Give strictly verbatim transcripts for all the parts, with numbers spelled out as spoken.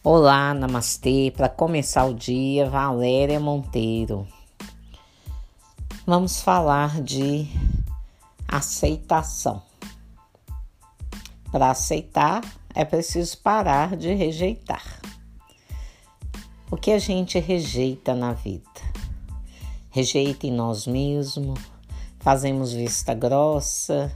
Olá, namastê. Para começar o dia, Valéria Monteiro. Vamos falar de aceitação. Para aceitar, é preciso parar de rejeitar. O que a gente rejeita na vida? Rejeita em nós mesmos, fazemos vista grossa,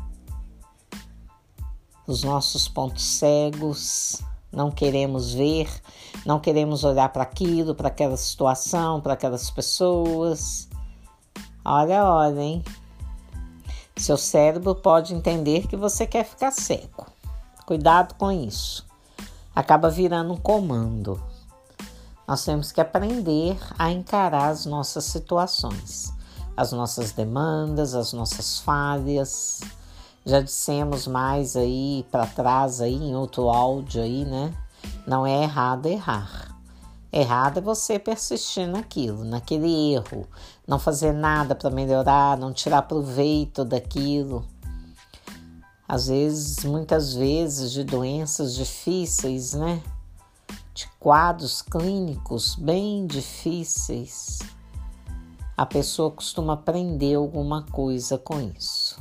os nossos pontos cegos, não queremos ver, não queremos olhar para aquilo, para aquela situação, para aquelas pessoas. Olha, olha, hein? Seu cérebro pode entender que você quer ficar cego. Cuidado com isso. Acaba virando um comando. Nós temos que aprender a encarar as nossas situações, as nossas demandas, as nossas falhas. Já dissemos mais aí para trás aí em outro áudio aí, né? Não é errado errar. Errado é você persistir naquilo, naquele erro, não fazer nada para melhorar, não tirar proveito daquilo. Às vezes, muitas vezes, de doenças difíceis, né? De quadros clínicos bem difíceis, a pessoa costuma aprender alguma coisa com isso.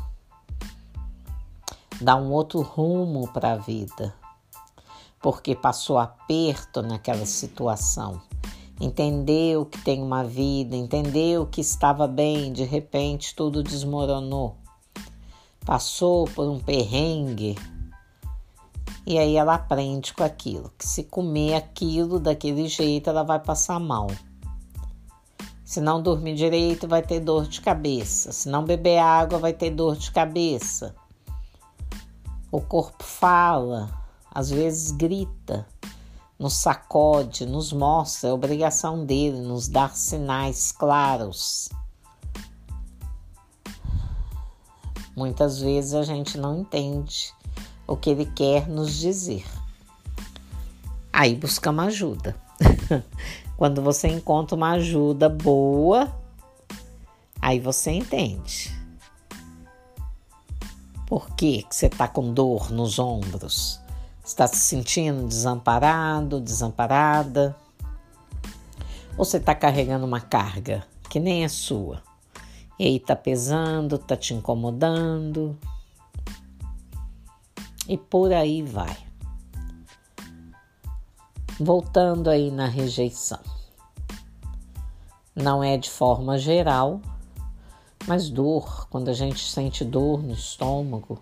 Dá um outro rumo para a vida, porque passou aperto naquela situação. Entendeu que tem uma vida, entendeu que estava bem, de repente tudo desmoronou. Passou por um perrengue e aí ela aprende com aquilo, que se comer aquilo daquele jeito ela vai passar mal. Se não dormir direito vai ter dor de cabeça, se não beber água vai ter dor de cabeça. O corpo fala, às vezes grita, nos sacode, nos mostra, é obrigação dele nos dar sinais claros. Muitas vezes a gente não entende o que ele quer nos dizer. Aí buscamos ajuda. Quando você encontra uma ajuda boa, aí você entende. Por que que você está com dor nos ombros? Está se sentindo desamparado, desamparada? Ou você está carregando uma carga que nem é sua? E aí está pesando, está te incomodando? E por aí vai. Voltando aí na rejeição. Não é de forma geral, mas dor, quando a gente sente dor no estômago,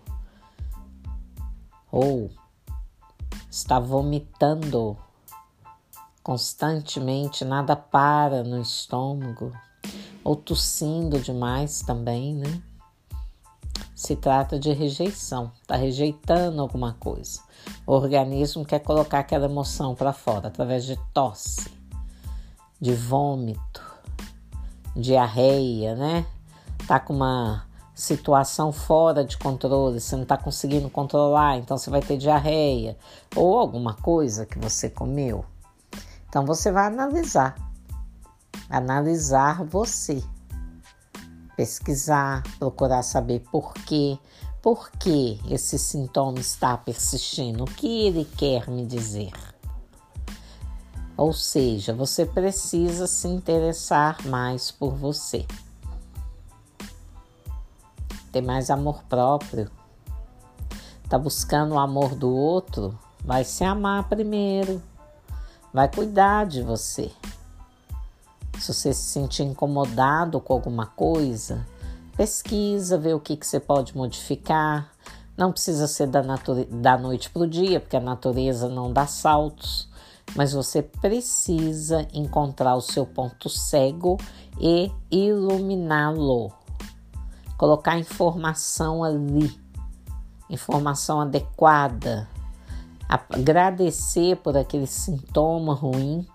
ou está vomitando constantemente, nada para no estômago, ou tossindo demais também, né? Se trata de rejeição, está rejeitando alguma coisa. O organismo quer colocar aquela emoção para fora, através de tosse, de vômito, diarreia, né? Tá com uma situação fora de controle, você não está conseguindo controlar, então você vai ter diarreia ou alguma coisa que você comeu. Então você vai analisar, analisar você, pesquisar, procurar saber por quê, por que esse sintoma está persistindo, o que ele quer me dizer. Ou seja, você precisa se interessar mais por você. Ter mais amor próprio. Tá buscando o amor do outro? Vai se amar primeiro. Vai cuidar de você. Se você se sentir incomodado com alguma coisa, pesquisa, vê o que, que você pode modificar. Não precisa ser da, nature... da noite para o dia, porque a natureza não dá saltos. Mas você precisa encontrar o seu ponto cego e iluminá-lo. Colocar informação ali, informação adequada, agradecer por aquele sintoma ruim,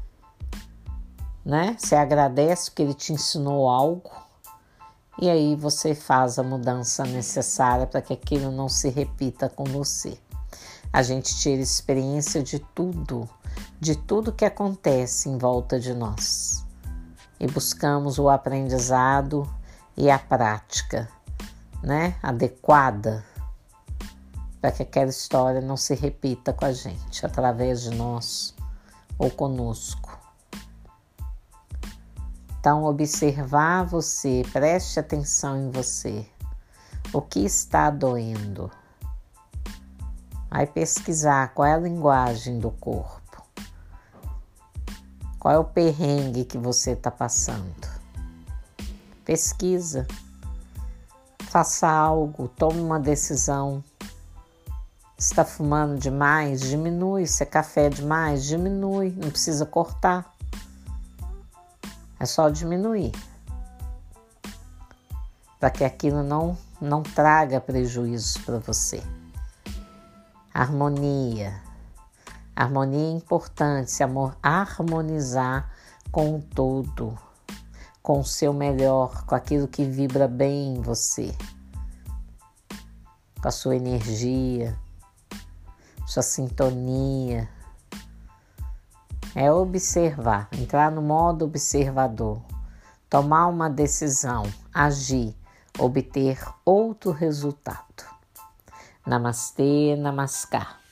né? Você agradece porque ele te ensinou algo e aí você faz a mudança necessária para que aquilo não se repita com você. A gente tira experiência de tudo, de tudo que acontece em volta de nós e buscamos o aprendizado e a prática, né, adequada para que aquela história não se repita com a gente, através de nós ou conosco. Então, observar você, preste atenção em você. O que está doendo? Vai pesquisar qual é a linguagem do corpo. Qual é o perrengue que você está passando? Pesquisa. Faça algo, tome uma decisão. Está fumando demais? Diminui. Se é café demais? Diminui. Não precisa cortar. É só diminuir. Para que aquilo não, não traga prejuízo para você. Harmonia. Harmonia é importante. Se amor, harmonizar com o todo. Com o seu melhor. Com aquilo que vibra bem em você. Com a sua energia. Sua sintonia. É observar, entrar no modo observador, tomar uma decisão, agir, obter outro resultado. Namastê, namaskar.